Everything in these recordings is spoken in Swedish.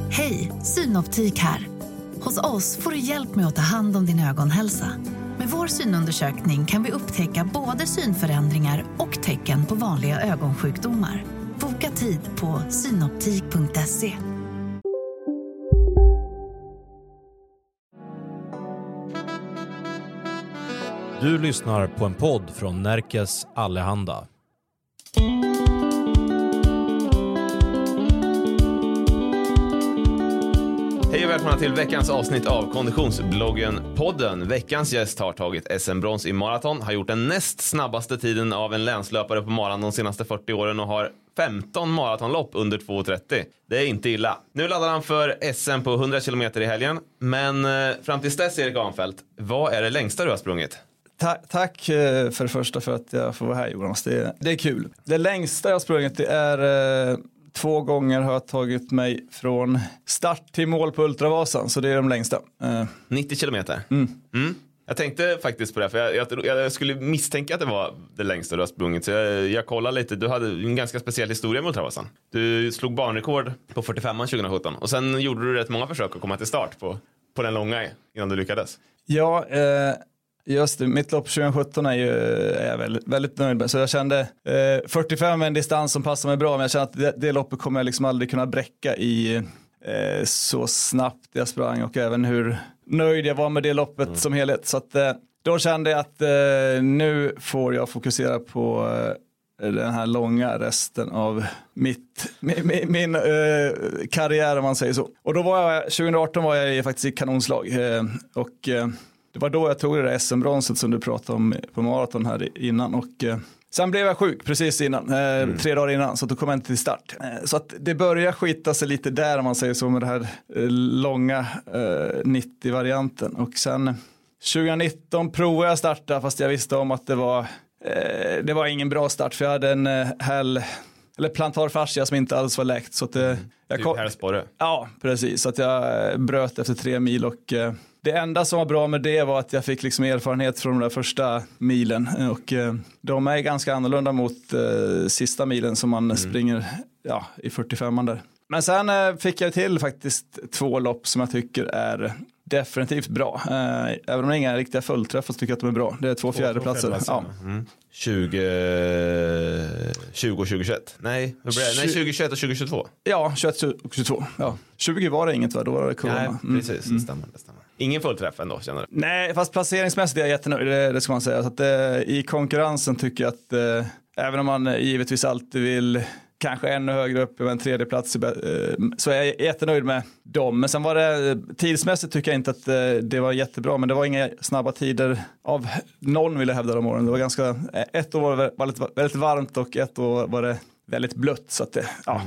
Hej, Synoptik här. Hos oss får du hjälp med att ta hand om din ögonhälsa. Med vår synundersökning kan vi upptäcka både synförändringar och tecken på vanliga ögonsjukdomar. Boka tid på synoptik.se. Du lyssnar på en podd från Närkes Allehanda. Hej och välkomna till veckans avsnitt av Konditionsbloggen-podden. Veckans gäst har tagit SM-brons i maraton, har gjort den näst snabbaste tiden av en länslöpare på maraton de senaste 40 åren och har 15 maratonlopp under 2.30. Det är inte illa. Nu laddar han för SM på 100 km i helgen. Men fram till dess, Erik Ahnfeldt, vad är det längsta du har sprungit? Tack för det första för att jag får vara här, Jonas. Det är kul. Det längsta jag har sprungit det är 2 gånger har jag tagit mig från start till mål på Ultravasan. Så det är de längsta. 90 kilometer. Jag tänkte faktiskt på det, för jag skulle misstänka att det var det längsta du har sprungit. Så jag kollade lite, du hade en ganska speciell historia med Ultravasan. Du slog banrekord på 45 2017. Och sen gjorde du rätt många försök att komma till start på den långa innan du lyckades. Ja, just det. Mitt lopp 2017 är jag väldigt nöjd med. Så jag kände 45 är en distans som passar mig bra. Men jag kände att det loppet kommer jag liksom aldrig kunna bräcka i så snabbt jag sprang. Och även hur nöjd jag var med det loppet som helhet. Så att då kände jag att nu får jag fokusera på den här långa resten av min karriär, om man säger så. Och då var jag, 2018 var jag faktiskt i kanonslag. Och det var då jag tog det där SM-bronset som du pratade om på maraton här innan. Och sen blev jag sjuk precis innan, 3 dagar innan, så då kom jag inte till start. Så att det börjar skita sig lite där, om man säger så, med det här långa 90-varianten. Och sen 2019 provade jag starta, fast jag visste om att det var ingen bra start. För jag hade en plantar fascia som inte alls var läkt. Så att Hälsporre. Ja, precis. Så att jag bröt efter 3 mil och det enda som var bra med det var att jag fick liksom erfarenhet från den där första milen. Och de är ganska annorlunda mot sista milen som man springer i 45an där. Men sen fick jag till faktiskt 2 lopp som jag tycker är definitivt bra. Även om det är inga riktiga fullträffar så tycker jag att de är bra. Det är 2 fjärdeplatser. Ja. 20 och 2021. Nej, 2021 och 2022. Ja, 21 och 22. Ja. 20 var det inget, va? Då var det corona. Nej, precis. Det stämmer. Ingen fullträff ändå, känner du? Nej, fast placeringsmässigt är jag jättenöjd. Det ska man säga. Så att, i konkurrensen tycker jag att även om man givetvis alltid vill kanske ännu högre upp med en 3:e plats, så är jag jättenöjd med dem. Men sen var det tidsmässigt tycker jag inte att det var jättebra, men det var inga snabba tider av någon, vill jag hävda, de åren. Det var ganska, ett år var väldigt varmt och ett år var det väldigt blött, så att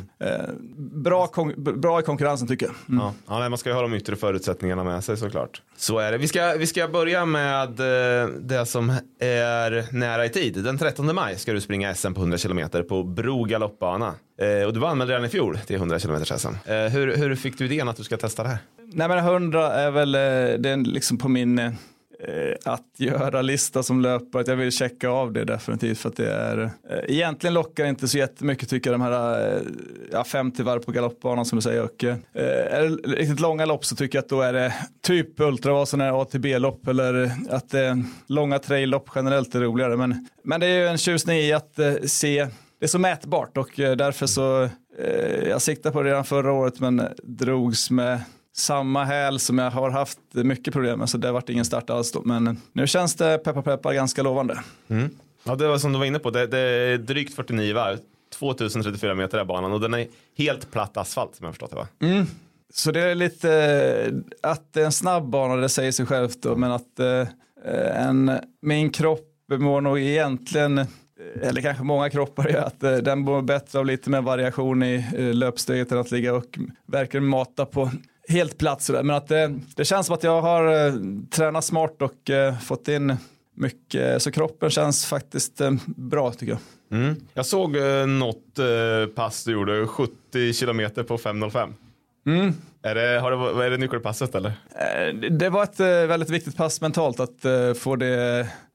bra i konkurrensen tycker jag. Ja, man ska ju ha de yttre förutsättningarna med sig, såklart. Så är det. Vi ska börja med det som är nära i tid. Den 13 maj ska du springa SM på 100 km på Bro galoppbana. Och du var anmäld redan i fjol till 100 km SM. Hur fick du idén att du ska testa det här? Nej, men 100 är väl det är liksom på min att göra lista som löper, att jag vill checka av det definitivt, för att det är egentligen lockar inte så jättemycket tycker jag, de här 50 varv på galoppbanan som du säger, och är det riktigt långa lopp så tycker jag att då är det typ Ultravasan eller ATB-lopp, eller att långa trail-lopp generellt är roligare, men det är ju en tjusning i att se det är så mätbart, och därför så jag siktade på det redan förra året men drogs med samma häl som jag har haft mycket problem med, så det har varit ingen start alls då. Men nu känns det peppar ganska lovande. Ja, det var som du var inne på. Det är drygt 49 varv, 2034 meter är banan, och den är helt platt asfalt som jag förstått det, va? Så det är lite att det är en snabb bana, det säger sig självt då, men att min kropp mår nog egentligen, eller kanske många kroppar, är att den mår bättre av lite mer variation i löpsteget än att ligga och verkligen mata på helt plats. Men att det känns som att jag har tränat smart och fått in mycket, så kroppen känns faktiskt bra tycker jag. Jag såg något pass du gjorde, 70 kilometer på 5.05. Är det nyckelpasset eller? Det var ett väldigt viktigt pass mentalt att få det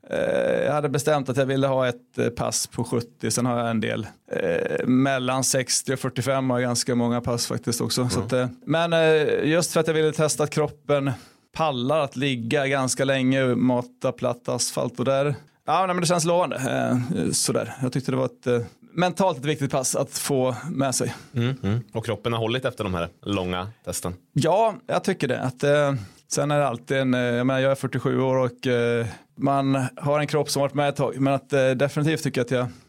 Jag hade bestämt att jag ville ha ett pass på 70, sen har jag en del mellan 60 och 45 har ganska många pass faktiskt också. Så att, men just för att jag ville testa att kroppen pallar att ligga ganska länge och mata platt asfalt och där. Ja, men det känns lovande. Sådär. Jag tyckte det var ett mentalt ett viktigt pass att få med sig. Och kroppen har hållit efter de här långa testen? Ja, jag tycker det. Att, sen är det alltid jag är 47 år och man har en kropp som varit med ett tag. Men att definitivt tycker jag att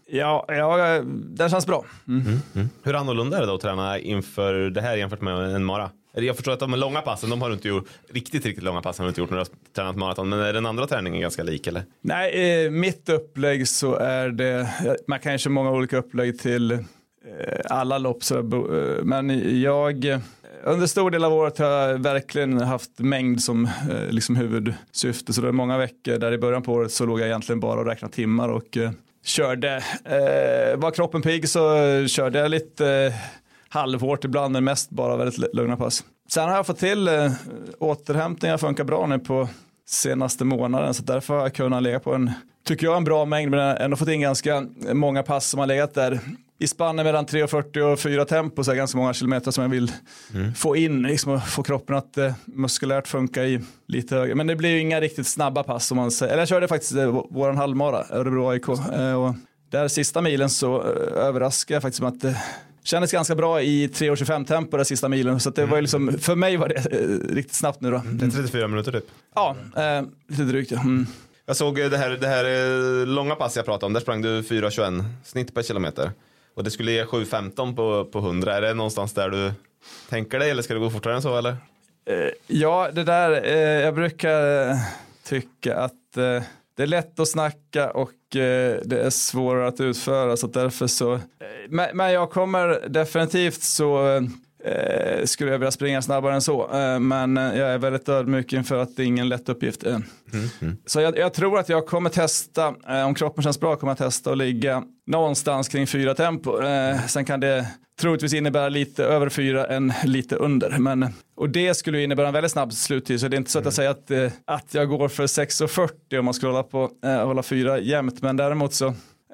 det känns bra. Hur annorlunda är det då att träna inför det här jämfört med en mara? Jag förstår att de långa passen, de har du inte gjort riktigt långa pass har du inte gjort när du har tränat maraton. Men är den andra träningen ganska lik eller? Nej, mitt upplägg så är det, man kan ju köra många olika upplägg till alla lopp. Men jag, under stor del av året har jag verkligen haft mängd som liksom huvudsyfte. Så det är många veckor där i början på året så låg jag egentligen bara och räknade timmar och körde. Var kroppen pigg så körde jag lite halvhårt ibland, men mest bara väldigt lugna pass. Sen har jag fått till återhämtningar funkar bra nu på senaste månaden, så därför har jag kunnat lägga på en bra mängd, men ändå fått in ganska många pass som har legat där i spannet mellan 3:40 och 4 tempo, så är ganska många kilometer som jag vill få in, liksom, få kroppen att muskulärt funka i lite högre. Men det blir ju inga riktigt snabba pass som man säger. Eller jag körde faktiskt våran halvmara, Örebro AIK, och där sista milen så överraskade jag faktiskt med att kändes ganska bra i 3:25 tempo där sista milen. Så att det var ju liksom, för mig var det riktigt snabbt nu då. Det är 34 minuter typ. Ja, lite drygt. Ja. Jag såg det här långa pass jag pratade om. Där sprang du 4:21 snitt per kilometer. Och det skulle ge 7:15 på 100. Är det någonstans där du tänker dig, eller ska det gå fortare än så eller? Ja, det där, jag brukar tycka att det är lätt att snacka och det är svårare att utföra, så därför så. Men jag kommer definitivt så skulle jag vilja springa snabbare än så. Men jag är väldigt ödmjuk inför att det är ingen lätt uppgift. Så jag tror att jag kommer testa, om kroppen känns bra kommer jag testa att ligga någonstans kring 4 tempo. Sen kan det troligtvis innebära lite över 4 än lite under. Och det skulle innebära en väldigt snabb sluttid. Så det är inte så att jag säger att jag går för 6:40 om man skulle hålla 4 jämnt. Men däremot så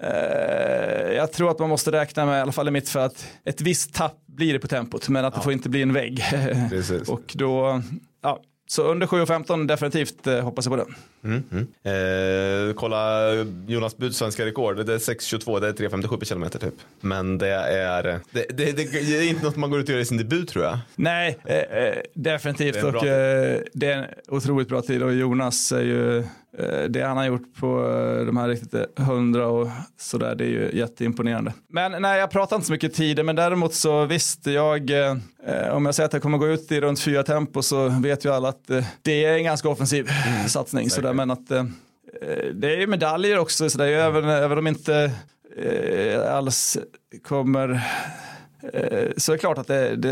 jag tror att man måste räkna med, i alla fall i mitt, för att ett visst tapp blir det på tempot, men att det får inte bli en vägg. Och då, ja, så under 7:15 definitivt hoppas jag på det. Kolla Jonas Buds svenska rekord. Det är 6:22, det är 3:57 per kilometer typ. Men det är inte något man går ut och gör i sin debut, tror jag. Nej, definitivt. Det är en otroligt bra tid. Och Jonas är ju, det han har gjort på de här riktigt 100 och sådär, det är ju jätteimponerande. Men nej, jag pratar inte så mycket tider, men däremot så visst, om jag säger att jag kommer gå ut i runt 4 tempo, så vet ju alla att det är en ganska offensiv satsning. Sådär, men att det är ju medaljer också, så det är ju även om inte alls kommer, så är det klart att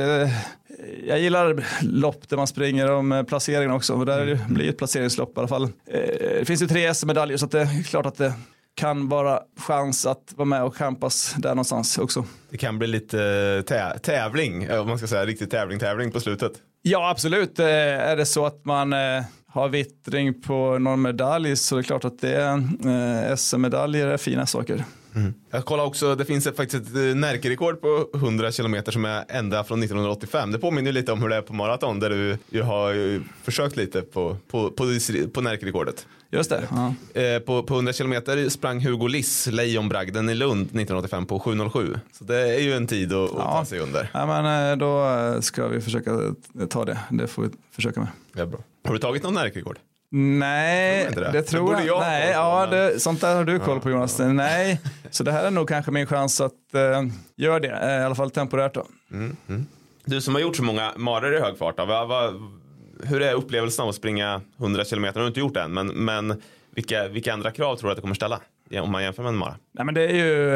jag gillar lopp där man springer om placeringen också, och där blir ett placeringslopp i alla fall. Det finns ju 3 SM-medaljer, så att det är klart att det kan vara chans att vara med och kampas där någonstans också. Det kan bli lite tävling, om man ska säga riktigt tävling på slutet. Ja, absolut. Är det så att man har vittring på någon medalj, så är det klart att SM-medaljer är fina saker. Jag kollar också, det finns faktiskt ett Närke-rekord på 100 kilometer som är ända från 1985. Det påminner lite om hur det är på maraton, där du ju har försökt lite på Närke-rekordet. Just det. Ja. På 100 kilometer sprang Hugo Liss Lejonbragden i Lund 1985 på 7:07. Så det är ju en tid att ta sig under. Ja, men då ska vi försöka ta det. Det får vi försöka med. Ja, bra. Har du tagit någon Närke-rekord? Nej, det tror jag. Nej, ja, sånt där har du koll på, Jonas. Nej, så det här är nog kanske min chans att göra det, i alla fall temporärt då. Du som har gjort så många marer i hög fart, hur är upplevelsen av att springa 100 kilometer? Du har inte gjort det än, men vilka andra krav tror du att det kommer ställa om man jämför med en mara? Nej, men det är ju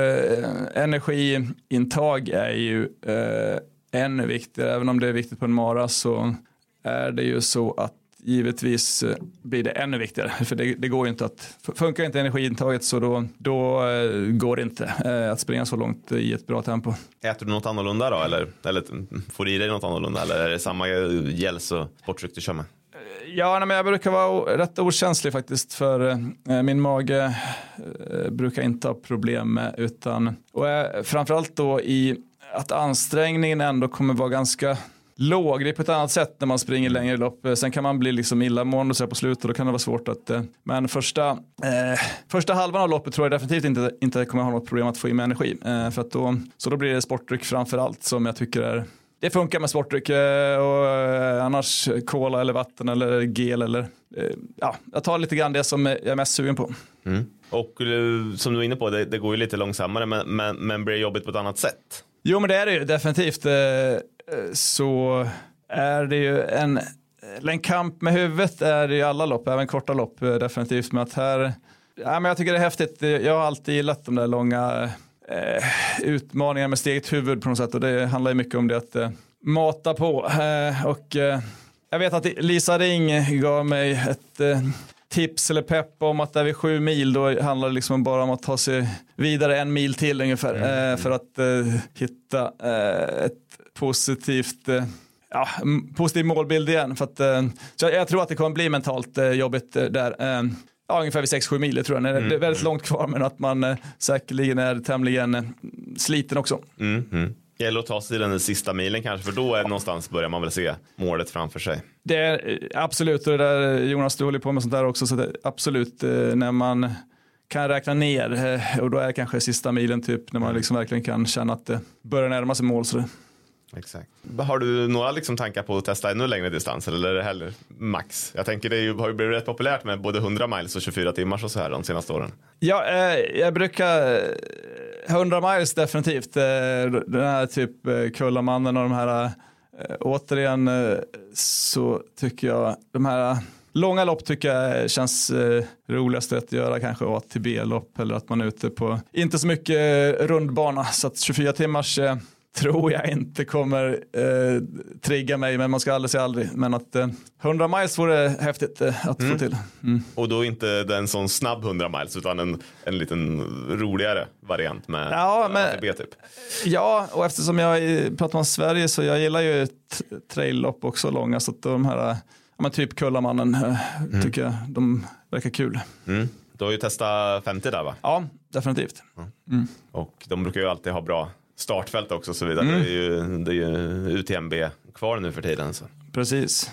energiintag är ju ännu viktigare. Även om det är viktigt på en mara, så är det ju så att givetvis blir det ännu viktigare, för det går ju inte att, funkar inte energiintaget, så då går det inte att springa så långt i ett bra tempo. Äter du något annorlunda då, eller får du i dig något annorlunda, eller är det samma gälls och sportdryck du kör med? Ja, men jag brukar vara rätt okänslig faktiskt för min mage brukar inte ha problem med, utan och framförallt då i att ansträngningen ändå kommer vara ganska låg. Det är på ett annat sätt när man springer längre lopp. Sen kan man bli liksom illamående och så på slutet och då kan det vara svårt att men första halvan av loppet tror jag definitivt inte kommer ha något problem att få i med energi. För att då blir det sportdryck framförallt som jag tycker det funkar med sportdryck och annars cola eller vatten eller gel eller jag tar lite grann det som jag är mest sugen på. Mm. Och som du är inne på, det går ju lite långsammare men blir jobbigt på ett annat sätt. Jo, men det är det ju definitivt. Så är det ju en kamp med huvudet är det ju alla lopp, även korta lopp definitivt. Men att här, men jag tycker det är häftigt. Jag har alltid gillat de där långa utmaningar med steget huvud på något sätt, och det handlar ju mycket om det att mata på och jag vet att Lisa Ring gav mig ett tips eller pepp om att där vid 7 mil då handlar det liksom bara om att ta sig vidare 1 mil till ungefär för att hitta ett positiv målbild igen, för att så jag tror att det kommer bli mentalt jobbigt där. Ungefär vid 6-7 mil tror jag. Det är väldigt långt kvar, men att man säkerligen är tämligen sliten också. Gäller att ta sig den sista milen kanske, för då är det någonstans börjar man väl se målet framför sig. Det är absolut, och det där Jonas, du håller på med sånt där också, så det är absolut när man kan räkna ner och då är kanske sista milen typ när man liksom verkligen kan känna att det börjar närma sig mål. Så det. Exakt. Har du några liksom tankar på att testa ännu längre distanser eller är det heller max? Jag tänker det har ju blivit rätt populärt med både 100 miles och 24 timmar och så här de senaste åren. Ja, jag brukar 100 miles definitivt. Den här typ Kullamannen och de här återigen så tycker jag de här långa lopp tycker jag känns roligast att göra, kanske A till B-lopp eller att man är ute på inte så mycket rundbana, så att 24 timmars tror jag inte kommer trigga mig, men man ska aldrig säga aldrig. Men att 100 miles vore häftigt att få till. Och då inte en sån snabb 100 miles utan en liten roligare variant med ATB typ. Ja, och eftersom jag pratar om Sverige så jag gillar ju trail-lopp också långa, så att de här typ Kullamannen tycker jag de verkar kul. Du har ju testat 50 där va? Ja, definitivt. Och de brukar ju alltid ha bra startfält också och så vidare. Det är ju UTMB kvar nu för tiden. Så. Precis.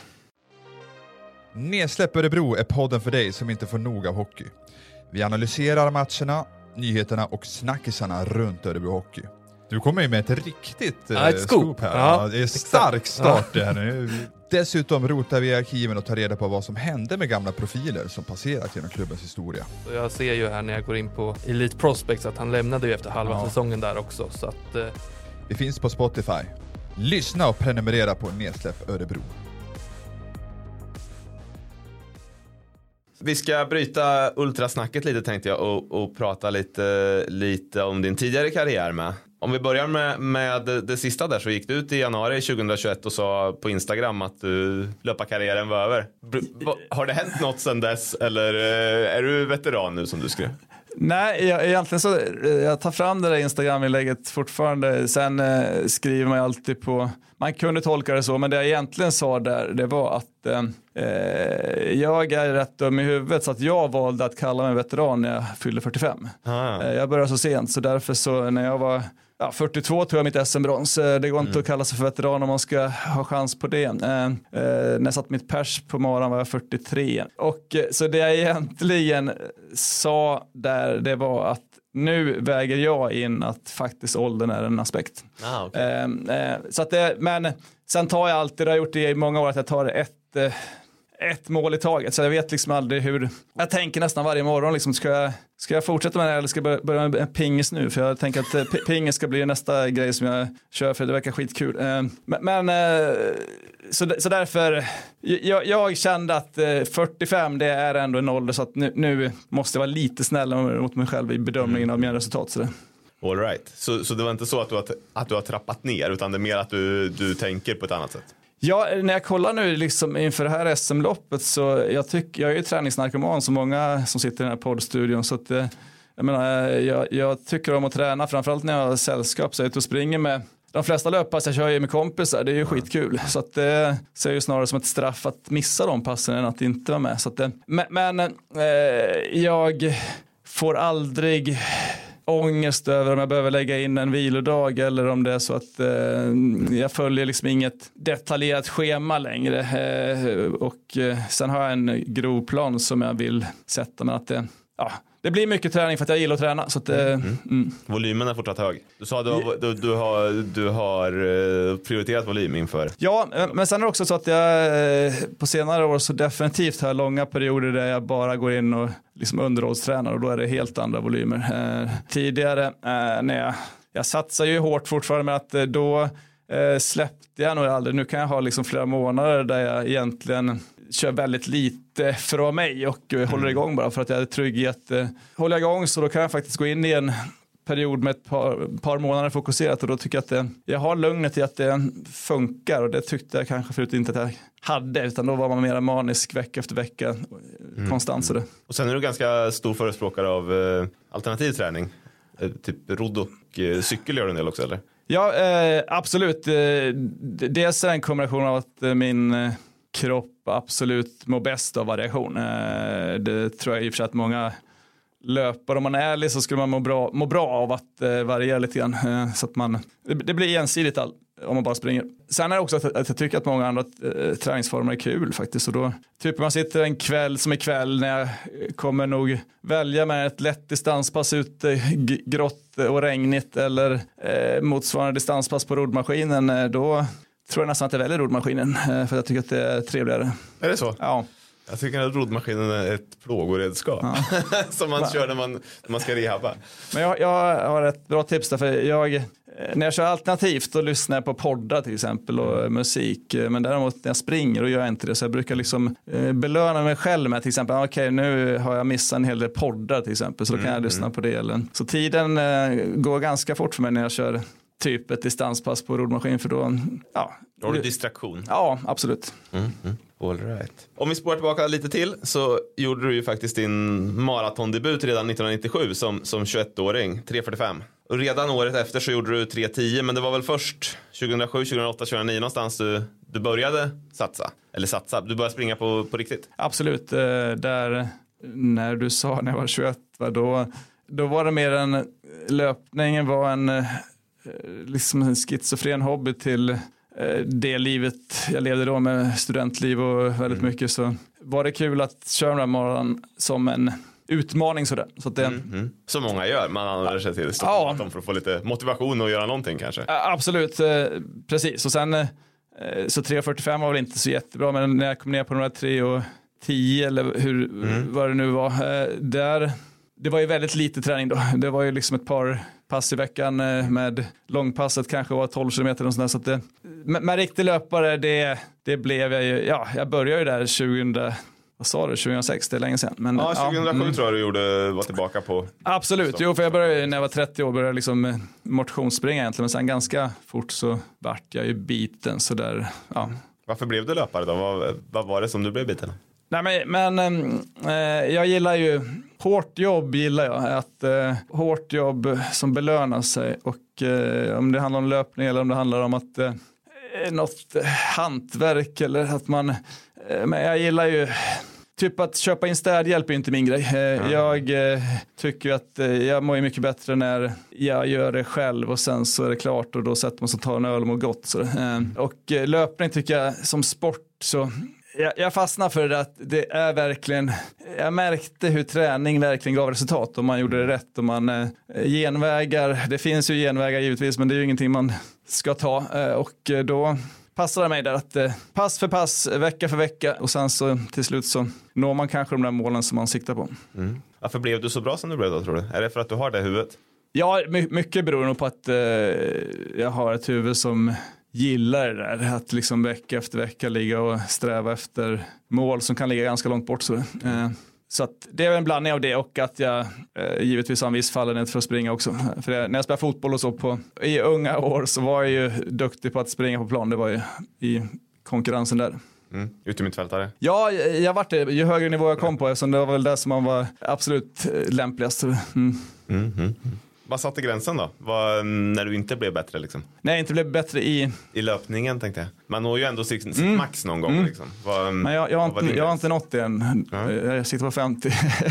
Nedsläpp Örebro är podden för dig som inte får nog av hockey. Vi analyserar matcherna, nyheterna och snackisarna runt Örebro Hockey. Du kommer ju med ett riktigt scoop här. Ja, det är stark start det här nu. Dessutom rotar vi i arkiven och tar reda på vad som hände med gamla profiler som passerat genom klubbens historia. Jag ser ju här när jag går in på Elite Prospects att han lämnade ju efter halva säsongen där också. Så att, Vi finns på Spotify. Lyssna och prenumerera på Nedsläpp Örebro. Vi ska bryta ultrasnacket lite tänkte jag och prata lite om din tidigare karriär med. Om vi börjar med det sista där, så gick du ut i januari 2021 och sa på Instagram att löparkarriären var över. Har det hänt något sedan dess eller är du veteran nu som du skrev? Nej, egentligen så jag tar fram det där Instagram-inlägget fortfarande. Sen skriver man alltid på, man kunde tolka det så, men det jag egentligen sa där, det var att jag är rätt dum i huvudet, så att jag valde att kalla mig veteran när jag fyllde 45. Jag började så sent, så därför så när jag var 42 tog jag mitt SM-brons. Det går inte att kalla sig för veteran om man ska ha chans på det. När jag satt mitt pers på morgonen var jag 43. Och så det jag egentligen sa där, det var att nu väger jag in att faktiskt åldern är en aspekt. Okay. Så att men sen tar jag alltid, det har jag gjort det i många år, att jag tar ett mål i taget. Så jag vet liksom aldrig hur, jag tänker nästan varje morgon liksom, ska jag fortsätta med det eller ska jag börja med pingis nu? För jag tänker att pingis ska bli nästa grej som jag kör, för det verkar skitkul. Så därför jag kände att 45 det är ändå en ålder, så att nu måste jag vara lite snäll mot mig själv i bedömningen av mina resultat. Så det. All right. Så det var inte så att du har trappat ner, utan det är mer att du tänker på ett annat sätt? Ja, när jag kollar nu liksom inför det här SM-loppet, så jag är ju träningsnarkoman som många som sitter i den här poddstudion, så att jag tycker om att träna, framförallt när jag har sällskap, så jag är ute och springer med de flesta löppass jag kör ju med kompisar, det är ju skitkul. Så att det ser ju snarare som ett straff att missa de passen än att inte vara med. Så att jag får aldrig ångest över om jag behöver lägga in en vilodag eller om det är så att jag följer liksom inget detaljerat schema längre. Sen har jag en grov plan som jag vill sätta, men att det blir mycket träning för att jag gillar att träna. Så att, Volymen är fortsatt hög. Du sa att du har prioriterat volym inför. Ja, men sen är det också så att jag på senare år så definitivt har långa perioder där jag bara går in och liksom underhållstränar, och då är det helt andra volymer. Tidigare när jag satsar ju hårt fortfarande, med att då släppte jag nog aldrig. Nu kan jag ha liksom flera månader där jag egentligen kör väldigt lite från mig och håller igång bara för att jag är trygg i att hålla igång, så då kan jag faktiskt gå in i en period med ett par månader fokuserat, och då tycker jag att jag har lugnet i att det funkar, och det tyckte jag kanske förut inte att jag hade, utan då var man mer manisk vecka efter vecka konstant. Så det. Och sen är du ganska stor förespråkare av alternativ träning, typ rodd och cykel gör du en del också, eller? Ja, absolut. Dels är en kombination av att min kropp absolut mår bäst av variation. Det tror jag i och för sig att många löpare, om man är ärlig, så skulle man må bra av att variera lite grann. Så att det blir ensidigt om man bara springer. Sen är det också att jag tycker att många andra träningsformer är kul faktiskt. Och då typ man sitter en kväll som ikväll, när jag kommer nog välja med ett lätt distanspass ute, grått och regnigt, eller motsvarande distanspass på roddmaskinen, då tror jag nästan att jag väljer roddmaskinen, för jag tycker att det är trevligare. Är det så? Ja. Jag tycker att roddmaskinen är ett plågoredskap som man kör när man ska rehabba. Men jag har ett bra tips där, för när jag kör alternativt då lyssnar jag på poddar till exempel och musik, men däremot när jag springer och gör jag inte det, så jag brukar liksom belöna mig själv med till exempel, okej, nu har jag missat en hel del poddar till exempel, så då kan jag lyssna på det. Så tiden går ganska fort för mig när jag kör typ ett distanspass på roddmaskin, för då har du distraktion. Ja, absolut. All right. Om vi spår tillbaka lite till, så gjorde du ju faktiskt din maratondebut redan 1997 som 21-åring, 3:45. Och redan året efter så gjorde du 3:10, men det var väl först 2007, 2008, 2009 någonstans du började satsa. Du började springa på riktigt. Absolut. Där när du sa när jag var 21, då var det mer en löpningen var en liksom en schizofren hobby till det livet jag levde då med studentliv och väldigt mycket, så var det kul att köra den här morgonen som en utmaning sådär. Så att det som många gör, man använder sig till Stockholm för att få lite motivation och göra någonting kanske. Absolut, precis. Och sen så 3:45 var väl inte så jättebra, men när jag kom ner på de här 3:10 eller vad det nu var, det var ju väldigt lite träning då. Det var ju liksom ett par pass i veckan, med långpasset kanske var 12 kilometer och sådär. Så att med riktig löpare, det blev jag ju, jag började ju där 2006, det är länge sedan. Men, 2007 tror jag du var tillbaka på. Absolut, för jag började när jag var 30 år, började liksom motionsspringa egentligen, men sen ganska fort så vart jag ju biten så där, Varför blev du löpare då? Vad var det som du blev biten? Nej, men jag gillar ju hårt jobb, hårt jobb som belönar sig, och om det handlar om löpning eller om det handlar om att något hantverk eller att men jag gillar ju typ att köpa in städhjälp är inte min grej. Jag tycker att jag mår mycket bättre när jag gör det själv och sen så är det klart, och då sätter man sig och tar en öl och mår gott. Så. Och löpning tycker jag som sport, så jag fastnar för det, att det är verkligen, jag märkte hur träning verkligen gav resultat om man gjorde det rätt, och man genvägar, det finns ju genvägar givetvis, men det är ju ingenting man ska ta, och då passar det mig där att pass för pass, vecka för vecka, och sen så till slut så når man kanske de där målen som man siktar på. Varför blev du så bra som du blev då, tror du? Är det för att du har det i huvudet? Ja, mycket beror nog på att jag har ett huvud som gillar det där, att liksom vecka efter vecka ligga och sträva efter mål som kan ligga ganska långt bort. Så att det är en blandning av det, och att jag givetvis har en viss fallenhet för att springa också. För när jag spelade fotboll och så i unga år, så var jag ju duktig på att springa på plan. Det var ju i konkurrensen där. Utomhutfältare? Ja, jag var det ju högre nivå jag kom på, eftersom det var väl där som man var absolut lämpligast. Vad satte gränsen då? När du inte blev bättre liksom? Nej, inte blev bättre i löpningen tänkte jag. Man når ju ändå sitt max någon gång liksom. Men jag har inte nått det än. Jag sitter på 50.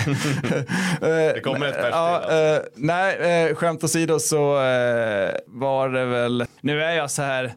Det kommer ett pers till. Nej, skämt åsido så var det väl... Nu är jag så här...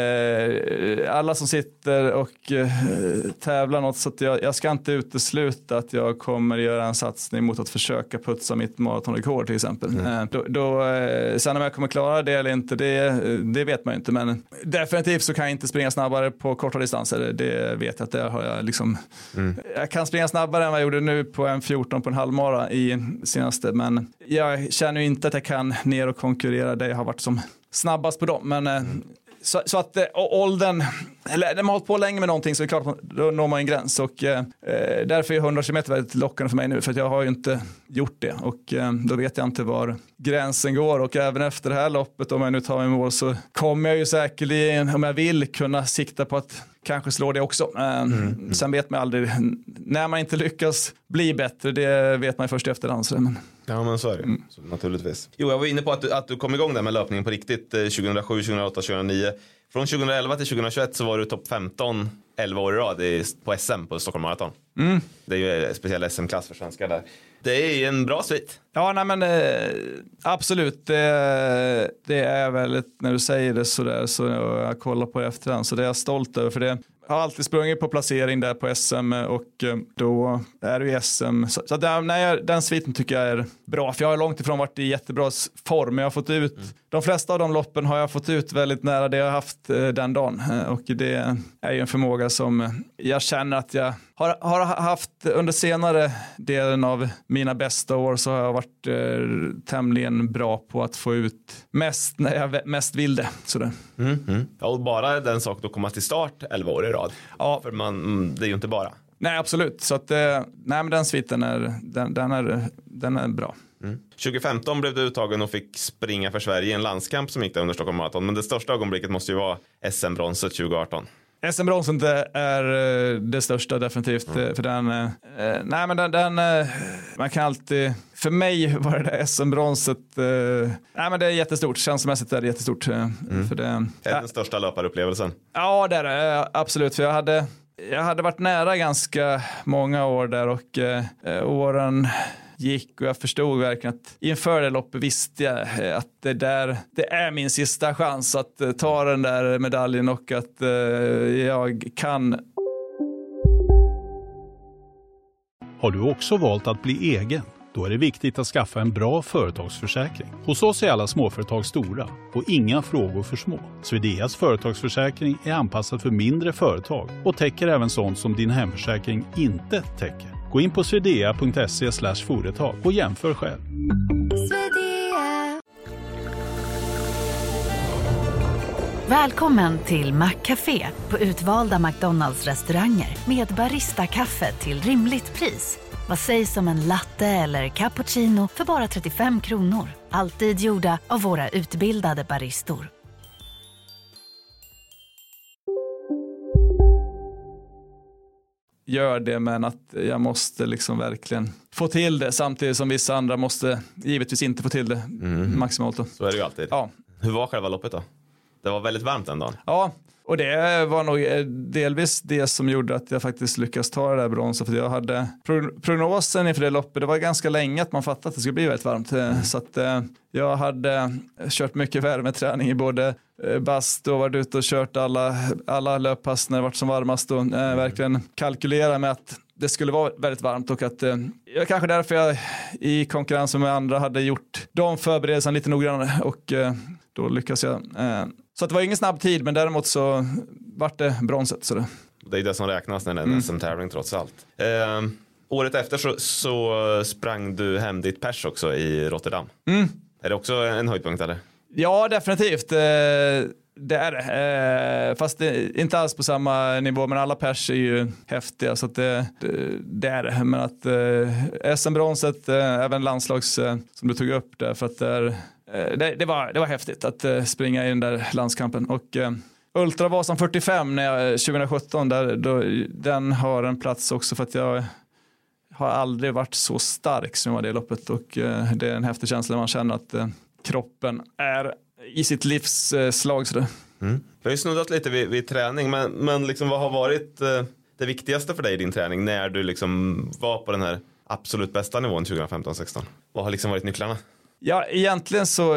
alla som sitter och tävlar något, så att jag ska inte utesluta att jag kommer göra en satsning mot att försöka putsa mitt maratonrekord till exempel. Sen om jag kommer klara det eller inte, det vet man ju inte, men definitivt så kan jag inte springa snabbare på korta distanser. Det vet jag att det har jag liksom. Jag kan springa snabbare än vad jag gjorde nu på en 14 på en halvmara i senaste, men jag känner ju inte att jag kan ner och konkurrera där jag har varit som snabbast på dem, men så att åldern, eller när man har hållit på länge med någonting, så är det klart att då når man en gräns, och därför är 100 km väldigt lockande för mig nu, för att jag har ju inte gjort det, och då vet jag inte var gränsen går, och även efter det här loppet, om jag nu tar mig mål, så kommer jag ju säkerligen, om jag vill, kunna sikta på att kanske slå det också. Sen vet man aldrig, när man inte lyckas bli bättre, det vet man ju först i efterhand. Ja, men så är det så, naturligtvis. Jo, jag var inne på att du kom igång där med löpningen på riktigt 2007, 2008, 2009. Från 2011 till 2021 så var du topp 15 11 år i rad på SM på Stockholm Marathon. Det är ju en speciell SM-klass för svenskar där. Det är en bra svit. Ja, nej men absolut. Det är väldigt, när du säger det sådär, så jag kollar på det efterhand, så det är jag stolt över, för det. Jag har alltid sprungit på placering där på SM, och då är det ju SM. Så den sviten tycker jag är bra, för jag har långt ifrån varit i jättebra form. Jag har fått ut, de flesta av de loppen har jag fått ut väldigt nära det jag har haft den dagen. Och det är ju en förmåga som jag känner att jag har haft under senare delen av mina bästa år, så har jag varit tämligen bra på att få ut mest när jag mest vill det. Sådär. Ja, och bara den sak att komma till start 11 år i rad. Ja. För det är ju inte bara. Nej, absolut. Så att, nej, men den sviten den är bra. 2015 blev du uttagen och fick springa för Sverige i en landskamp som gick där under Stockholm Marathon. Men det största ögonblicket måste ju vara SM-bronset 2018. SM-bronset är det största definitivt, för den nej men den man kan alltid, för mig var det SM-bronset nej men det är jättestort, känslomässigt är det jättestort för det är den största löparupplevelsen. Ja, det är det absolut, för jag hade varit nära ganska många år där, och åren gick, och jag förstod verkligen att inför det loppet visste jag att det är min sista chans att ta den där medaljen, och att jag kan. Har du också valt att bli egen? Då är det viktigt att skaffa en bra företagsförsäkring. Hos oss är alla småföretag stora och inga frågor för små. Swedeas företagsförsäkring är anpassad för mindre företag och täcker även sånt som din hemförsäkring inte täcker. Gå in på swedea.se/företag och jämför själv. Välkommen till McCafé på utvalda McDonalds-restauranger med barista-kaffe till rimligt pris. Vad sägs om en latte eller cappuccino för bara 35 kronor? Alltid gjorda av våra utbildade baristor. Gör det, men att jag måste liksom verkligen få till det, samtidigt som vissa andra måste givetvis inte få till det maximalt då. Så är det ju alltid. Ja. Hur var själva loppet då? Det var väldigt varmt den dagen. Ja, och det var nog delvis det som gjorde att jag faktiskt lyckades ta det där bronset, för jag hade prognosen inför det loppet, det var ganska länge att man fattade att det skulle bli väldigt varmt, så att jag hade kört mycket värmeträning i både bastu och varit ute och kört alla löppass när det varit som varmast, och verkligen kalkylera med att det skulle vara väldigt varmt, och att jag kanske därför jag i konkurrens med andra hade gjort de förberedelserna lite noggrannare, och då lyckas jag. Så att det var ingen snabb tid, men däremot så vart det bronset. Så det är det som räknas när det är en SM-tävling trots allt. Året efter så sprang du hem ditt pers också i Rotterdam. Är det också en höjdpunkt eller? Ja, definitivt. Det är det. Fast det inte alls på samma nivå, men alla pers är ju häftiga, så att det är det. Men att SM-bronset, även landslags som du tog upp där, för att det var häftigt att springa i den där landskampen. Och Ultravasan 45 när 2017 den har en plats också, för att jag har aldrig varit så stark som var det loppet, och det är en häftig känsla när man känner att kroppen är i sitt livsslag. Vi har ju snuddat lite vid träning, men liksom, vad har varit det viktigaste för dig i din träning när du liksom var på den här absolut bästa nivån 2015-16? Vad har liksom varit nycklarna? Ja, egentligen så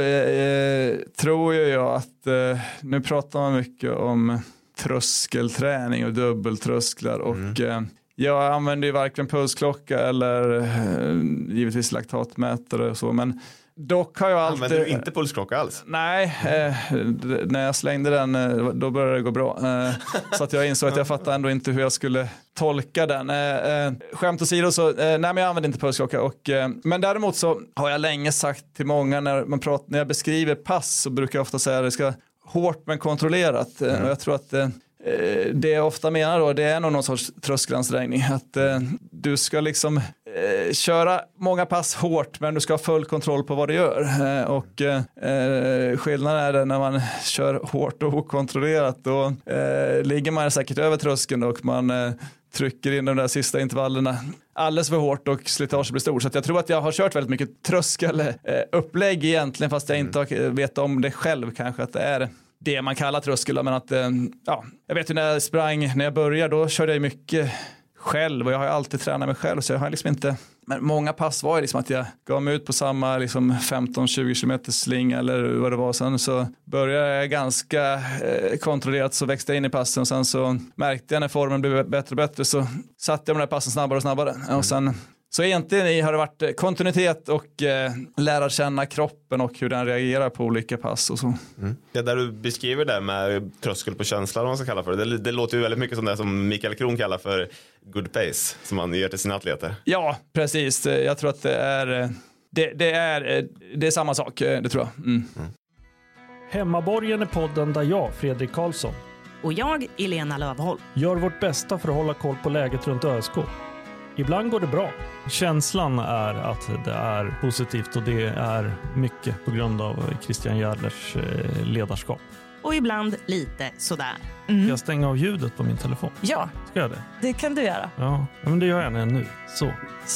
tror jag att nu pratar man mycket om tröskelträning och dubbeltrösklar och jag använder ju varken pulsklocka eller givetvis laktatmätare och så, men dock har jag alltid... Använder du inte pulsklocka alls? Nej, när jag slängde den då började det gå bra. Så att jag insåg att jag fattade ändå inte hur jag skulle tolka den. Skämt åsido så, nej men jag använder inte pulsklocka. Men däremot så har jag länge sagt till många när jag beskriver pass så brukar jag ofta säga att det ska hårt men kontrollerat. Och jag tror att det jag ofta menar då, det är nog någon sorts tröskelansträngning. Att du ska liksom köra många pass hårt men du ska ha full kontroll på vad du gör. Och skillnaden är det när man kör hårt och okontrollerat då ligger man säkert över tröskeln och man trycker in de där sista intervallerna alldeles för hårt och slitaget blir stort. Så att jag tror att jag har kört väldigt mycket tröskelupplägg egentligen fast jag inte vet om det själv kanske att det är det man kallar tröskel, men att jag vet ju när jag började då körde jag mycket själv och jag har ju alltid tränat mig själv så jag har liksom inte, men många pass var ju liksom att jag gav mig ut på samma liksom 15-20 km sling eller vad det var, sen så började jag ganska kontrollerat så växte jag in i passen och sen så märkte jag när formen blev bättre och bättre så satte jag de där passen snabbare och snabbare och sen så egentligen har det varit kontinuitet och lära känna kroppen och hur den reagerar på olika pass och så. Ja, där du beskriver det med tröskel på känsla, vad man ska kalla för det. Det låter ju väldigt mycket som det som Mikael Kron kallar för good pace, som man gör till sina atleter. Ja, precis. Jag tror att det är samma sak, det tror jag. Hemmaborgen är podden där jag, Fredrik Karlsson. Och jag, Elena Lövholm. Gör vårt bästa för att hålla koll på läget runt ÖSK. Ibland går det bra. Känslan är att det är positivt och det är mycket på grund av Christian Järdlers ledarskap. Och ibland lite sådär. Ska jag stänga av ljudet på min telefon? Ja, ska jag det? Det kan du göra. Ja, men det gör jag nu. Så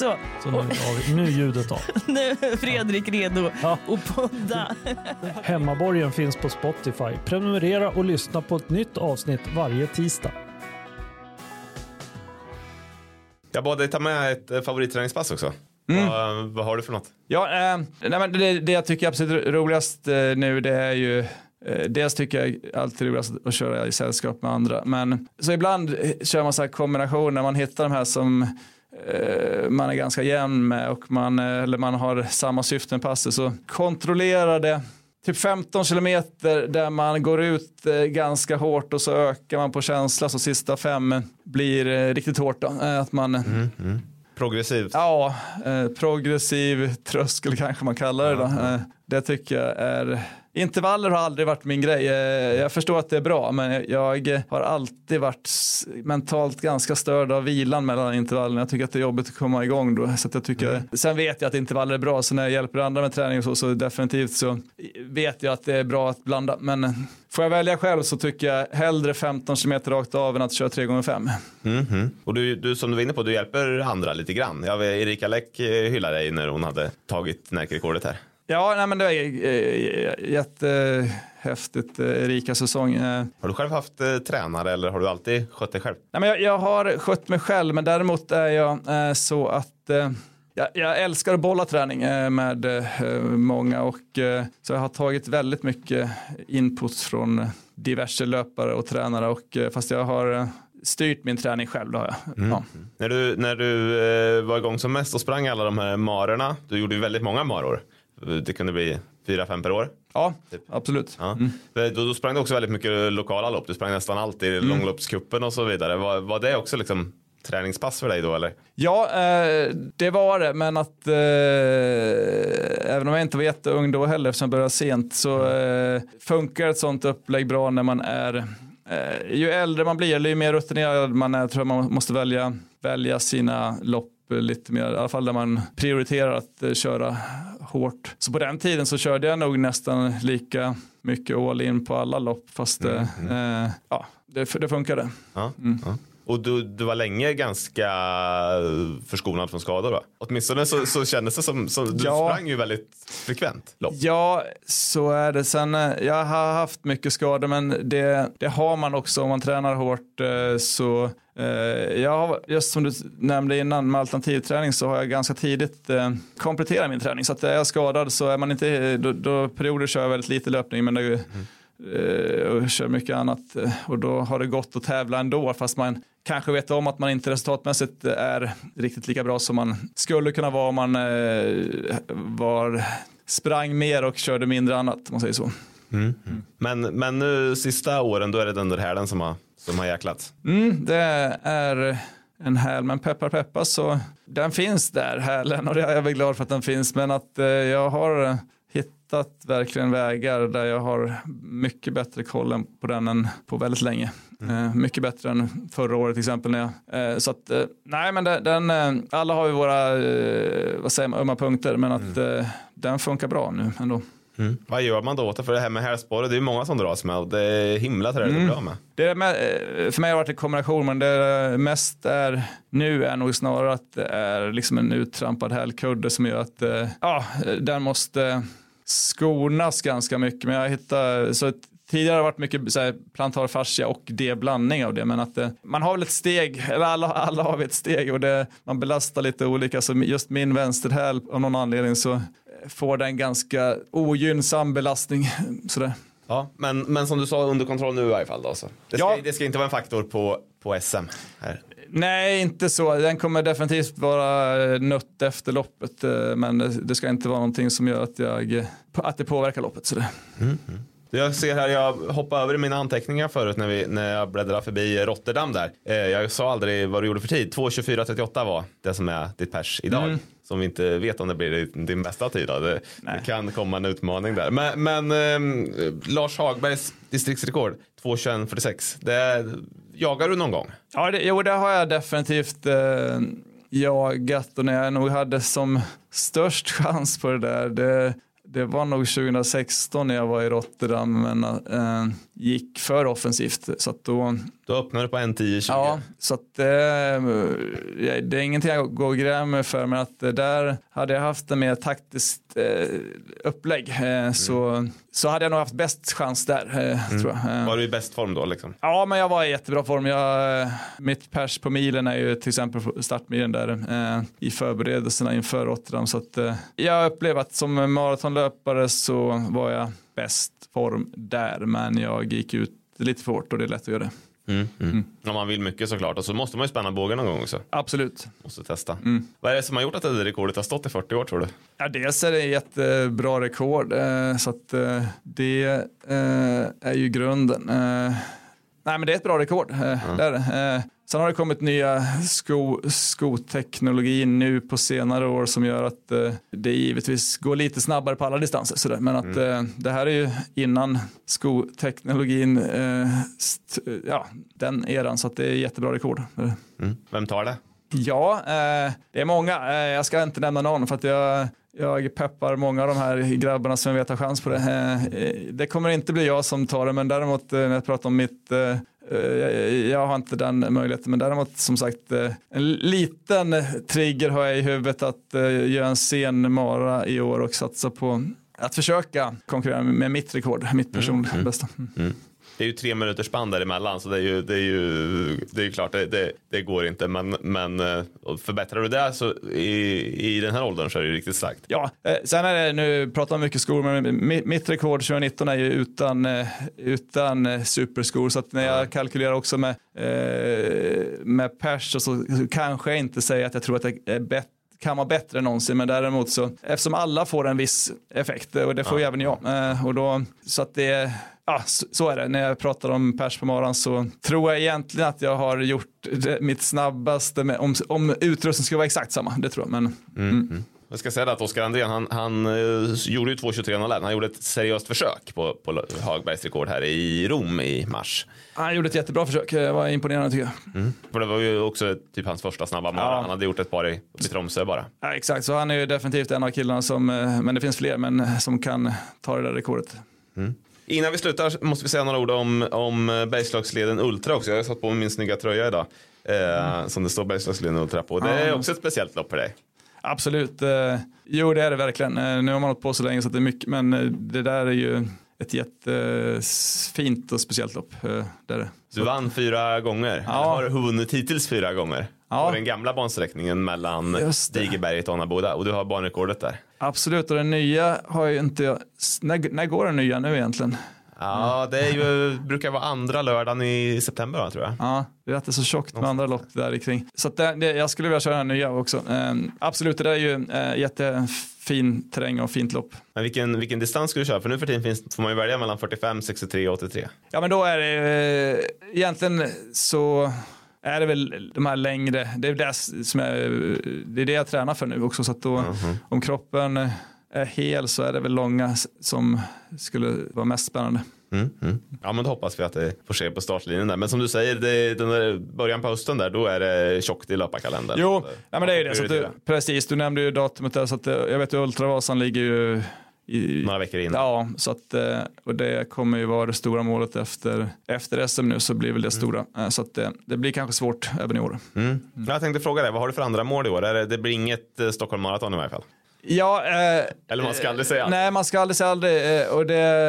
nu är ljudet av. Nu är Fredrik redo att podda. Hemmaborgen finns på Spotify. Prenumerera och lyssna på ett nytt avsnitt varje tisdag. Jag bad dig ta med ett favoritträningspass också. Vad har du för något? Ja, men det jag tycker är absolut roligast nu det är ju dels tycker jag alltid roligast att köra i sällskap med andra. Men så ibland kör man så här kombinationer. Man hittar de här som man är ganska jämn med och man har samma syften passet. Så kontrollera det. Typ 15 kilometer där man går ut ganska hårt och så ökar man på känsla så sista 5 blir riktigt hårt då. Att man... Progressivt. Ja, progressiv tröskel kanske man kallar det då. Det tycker jag är... Intervaller har aldrig varit min grej. Jag förstår att det är bra, men jag har alltid varit mentalt ganska störd av vilan mellan intervallerna. Jag tycker att det är jobbigt att komma igång då. Så att jag tycker... Sen vet jag att intervaller är bra, så när jag hjälper andra med träning och så definitivt så vet jag att det är bra att blanda. Men får jag välja själv så tycker jag hellre 15 km rakt av än att köra 3x5. Och du som du var inne på, du hjälper andra lite grann. Erika Läck hyllade dig när hon hade tagit Närke-rekordet här. Ja, nej, men det är jättehäftigt Erika säsong. Har du själv haft tränare eller har du alltid skött dig själv? Nej, men jag har skött mig själv, men däremot är jag så att jag älskar att bolla träning med många och så jag har tagit väldigt mycket input från diverse löpare och tränare och fast jag har styrt min träning själv då har jag. Ja. När du var igång som mest och sprang alla de här marerna, du gjorde ju väldigt många maror. Det kunde bli 4-5 per år. Ja, typ. Absolut. Ja. Då sprang du också väldigt mycket lokala lopp. Du sprang nästan alltid i långloppskuppen och så vidare. Var det också liksom träningspass för dig då eller? Ja, det var det. Men att även om jag inte var jätteung då heller eftersom jag började sent så funkar ett sånt upplägg bra när man är ju äldre man blir, ju mer rutinerad man är, tror jag man måste välja sina lopp lite mer, i alla fall där man prioriterar att köra hårt. Så på den tiden så körde jag nog nästan lika mycket all in på alla lopp fast det funkade. Ja. Och du var länge ganska förskonad från skador, va? Åtminstone så kändes det som du sprang ju väldigt frekvent lopp. Ja, så är det. Sen, jag har haft mycket skador, men det har man också om man tränar hårt. Så jag har, just som du nämnde innan med alternativträning, så har jag ganska tidigt kompletterat min träning. Så att är jag skadad så är man inte, då perioder kör jag väldigt lite löpning, men det och kör mycket annat, och då har det gått att tävla ändå, fast man kanske vet om att man inte resultatmässigt är riktigt lika bra som man skulle kunna vara om man sprang mer och körde mindre annat, om man säger så. Men nu sista åren, då är det den där hälen som har jäklat. Det är en häl, men peppar så den finns där, hälen, och jag är väl glad för att den finns, men att jag har hittat verkligen vägar där jag har mycket bättre koll på den än på väldigt länge. Mycket bättre än förra året till exempel. När jag, så att, nej, men den alla har ju våra ömma punkter, men att den funkar bra nu ändå. Vad gör man då? För det här med hälsporre, det är många som dras med, och det är himla träligt bra med. Det är för mig har det varit en kombination, men det mest är nog snarare att det är liksom en uttrampad hälkudde som gör att den måste skonas ganska mycket. Men jag hittar, så tidigare har det varit mycket så här, plantar fascia och blandning av det, men att man har väl ett steg, eller alla har ett steg, och man belastar lite olika, så just min vänsterhäl av någon anledning så får den ganska ogynnsam belastning sådär. Ja, men som du sa, under kontroll nu i varje fall då, så. Det ska inte vara en faktor på SM här. Nej, inte så. Den kommer definitivt vara nött efter loppet, men det ska inte vara någonting som gör att det påverkar loppet sådär. Jag ser här, jag hoppade över i mina anteckningar förut när jag bläddrade förbi Rotterdam där. Jag sa aldrig vad du gjorde för tid. 2:24:38 var det som är ditt pers idag. Som vi inte vet om det blir din bästa tid då. Det kan komma en utmaning där. Men Lars Hagbergs distriktsrekord 2:21:46. Jagar du någon gång? Ja, det har jag definitivt jagat, och när jag nog hade som störst chans på det där, det var nog 2016 när jag var i Rotterdam, men gick för offensivt, så att då öppnade du på 1:10:20. Ja, så att det är ingenting jag går och grämer mig för, men att där hade jag haft en mer taktiskt upplägg, så hade jag nog haft bäst chans där, tror jag. Var du i bäst form då liksom? Ja, men jag var i jättebra form. Mitt pers på milen är ju till exempel startmilen där i förberedelserna inför Rotterdam, så att jag upplever att som maratonlöpare så var jag bäst form där, men jag gick ut lite för hårt, och det är lätt att göra det. Om man vill mycket såklart, och så måste man ju spänna bågen någon gång också. Absolut. Måste testa. Vad är det som har gjort att det rekordet har stått i 40 år, tror du? Ja, dels är det ett jättebra rekord, så att det är ju grunden. Nej, men det är ett bra rekord. Sen har det kommit nya skoteknologi nu på senare år som gör att det givetvis går lite snabbare på alla distanser. Sådär. Men att det här är ju innan skoteknologin, den eran, så att det är jättebra rekord. Vem tar det? Ja, det är många. Jag ska inte nämna någon, för att jag peppar många av de här grabbarna som jag vet har chans på det. Det kommer inte bli jag som tar det, men däremot när jag pratar om mitt... jag har inte den möjligheten, men däremot som sagt en liten trigger har jag i huvudet att göra en sen mara i år och satsa på att försöka konkurrera med mitt rekord, mitt personliga bästa. Det är ju 3 minuters spann däremellan, så det är ju klart det går inte, men förbättrar du det så i den här åldern så är det ju riktigt starkt. Ja, sen är det, nu pratar man mycket skor, men mitt rekord 2019 är ju utan superskor, så att när jag kalkylerar också med pers så kanske jag inte säger att jag tror att det är kan vara bättre än någonsin, men däremot så, eftersom alla får en viss effekt, och det får ju även jag, och då, så att det så är det. När jag pratar om pers på maran så tror jag egentligen att jag har gjort mitt snabbaste om utrustningen ska vara exakt samma, det tror jag, men Jag ska säga att Oskar Andrén, han gjorde ju 2:23:01. Han gjorde ett seriöst försök på Hagbergs rekord här i Rom i mars. Han gjorde ett jättebra försök, det var imponerande tycker jag. För det var ju också typ hans första snabba mara. Han hade gjort ett par i Tromsö bara. Ja, exakt, så han är ju definitivt en av killarna som, men det finns fler, men som kan ta det där rekordet. Innan vi slutar måste vi säga några ord om Bergslagsleden Ultra också. Jag har satt på min snygga tröja idag som det står Bergslagsleden Ultra på. Det är också ett speciellt lopp för dig. Absolut. Jo, det är det verkligen. Nu har man hållit på så länge så att det är mycket, men det där är ju ett jättefint och speciellt lopp. Där. Du vann 4 gånger. Ja. Har vunnit hittills 4 gånger. Ja. På den gamla bansträckningen mellan Digerberget och Annaboda. Och du har banrekordet där. Absolut, och den nya har ju inte... När går den nya nu egentligen? Ja, det är ju, brukar vara andra lördagen i september tror jag. Ja, det är så tjockt med andra lopp där kring. Så att jag skulle vilja köra den nya också. Absolut, det där är ju jättefin terräng och fint lopp. Men vilken distans skulle du köra? För nu för tiden får man ju välja mellan 45, 63 och 83. Ja, men då är det egentligen så... är det väl de här längre, det är det jag tränar för nu också, så att då om kroppen är hel så är det väl långa som skulle vara mest spännande. Ja, men då hoppas vi att det får ske på startlinjen där. Men som du säger, den där början på hösten där, då är det tjockt i löparkalendern. Jo, ja, men det är ju det. Så att precis, du nämnde ju datumet där, så att jag vet att Ultravasan ligger ju några veckor in. Ja, så att, och det kommer ju vara det stora målet efter SM nu, så blir väl det stora. Så att det blir kanske svårt även i år. Jag tänkte fråga dig, vad har du för andra mål i år? Det blir inget Stockholm Marathon i varje fall? Ja, eller man ska aldrig säga. Nej, man ska aldrig säga aldrig. Och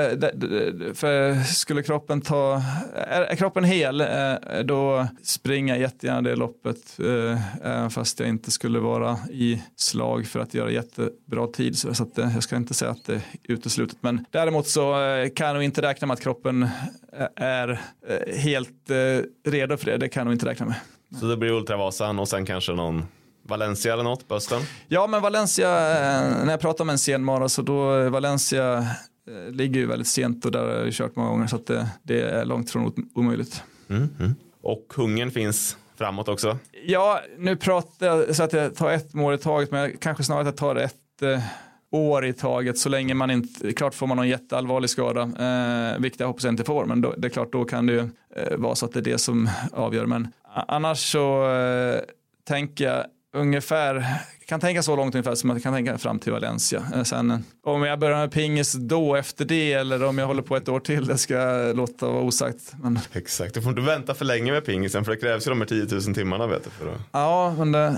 för skulle kroppen är kroppen hel, då springer jag jättegärna det loppet, fast jag inte skulle vara i slag för att göra jättebra tid. Så att jag ska inte säga att det är uteslutet. Men däremot så kan jag nog inte räkna med att kroppen är helt redo för det. Det kan jag nog inte räkna med. Så det blir Ultravasan och sen kanske någon Valencia eller något på hösten? Ja, men Valencia, när jag pratar om en senmara, så då Valencia ligger ju väldigt sent och där har jag kört många gånger, så att det är långt från omöjligt. Och hungern finns framåt också? Ja, nu pratar jag så att jag tar ett mål i taget, men kanske snarare att jag tar ett år i taget, så länge man inte, klart får man någon jätteallvarlig skada, vilket jag hoppas jag inte får, men då, det är klart, då kan det ju vara så att det är det som avgör. Men annars så tänker jag kan tänka så långt ungefär som att jag kan tänka fram till Valencia. Sen om jag börjar med pingis då efter det, eller om jag håller på ett år till, det ska låta vara osagt. Men... Exakt, du får inte vänta för länge med pingisen, för det krävs ju de här 10 000 timmarna, vet du, för att... Ja, men det...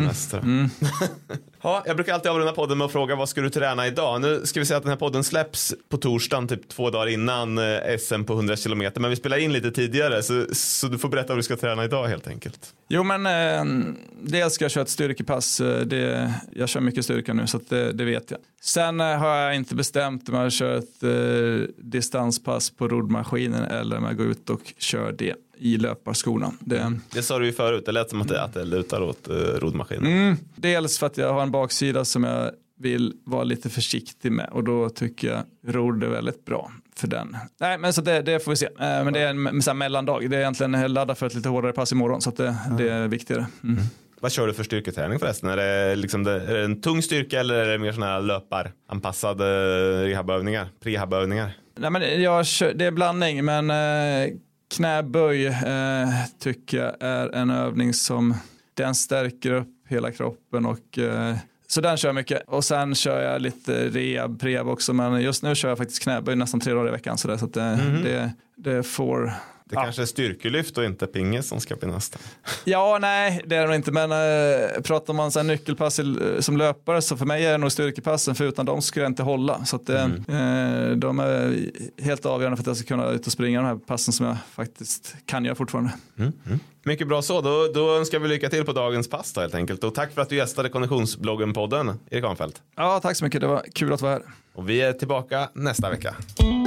Ja, jag brukar alltid avrunda podden med att fråga, vad ska du träna idag? Nu ska vi säga att den här podden släpps på torsdagen, typ 2 dagar innan SM på 100 kilometer. Men vi spelar in lite tidigare, så du får berätta vad du ska träna idag helt enkelt. Jo, men dels ska jag köra ett styrkepass. Jag kör mycket styrka nu, så att det vet jag. Sen har jag inte bestämt om jag kör ett distanspass på roddmaskinen eller om jag går ut och kör det i löparskorna. Det sa du ju förut, det lät som att det lutar åt roddmaskinen. Dels för att jag har en baksida som jag vill vara lite försiktig med, och då tycker jag rodd är väldigt bra för den. Nej, men så det får vi se. Men det är en sån här mellandag. Det är egentligen ladda för ett lite hårdare pass imorgon, så att det är viktigare. Vad kör du för styrketräning förresten? Är det en tung styrka, eller är det mer såna här löparanpassade prehabövningar? Nej, men det är blandning, men knäböj tycker jag är en övning som den stärker upp hela kroppen, och så den kör jag mycket. Och sen kör jag lite prehab också, men just nu kör jag faktiskt knäböj nästan 3 dagar i veckan, så att det får... Det kanske är styrkelyft och inte pingis som ska bli nästa. Ja, nej, det är det nog inte. Men pratar man så här nyckelpass som löpare, så för mig är det nog styrkepassen, för utan dem skulle jag inte hålla. Så att de är helt avgörande för att jag ska kunna ut och springa de här passen som jag faktiskt kan göra fortfarande. Mycket bra så. Då önskar vi lycka till på dagens pass då, helt enkelt. Och tack för att du gästade Konditionsbloggen-podden, Erik Arnfeldt. Ja, tack så mycket. Det var kul att vara här. Och vi är tillbaka nästa vecka.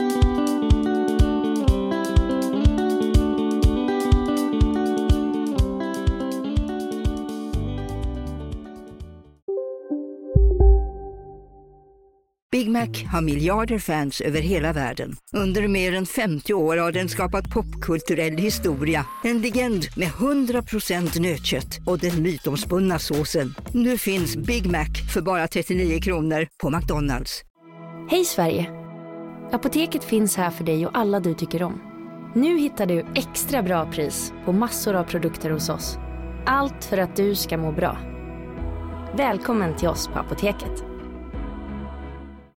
Big Mac har miljarder fans över hela världen. Under mer än 50 år har den skapat popkulturell historia. En legend med 100% nötkött och den mytomspunna såsen. Nu finns Big Mac för bara 39 kronor på McDonalds. Hej Sverige! Apoteket finns här för dig och alla du tycker om. Nu hittar du extra bra pris på massor av produkter hos oss. Allt för att du ska må bra. Välkommen till oss på Apoteket.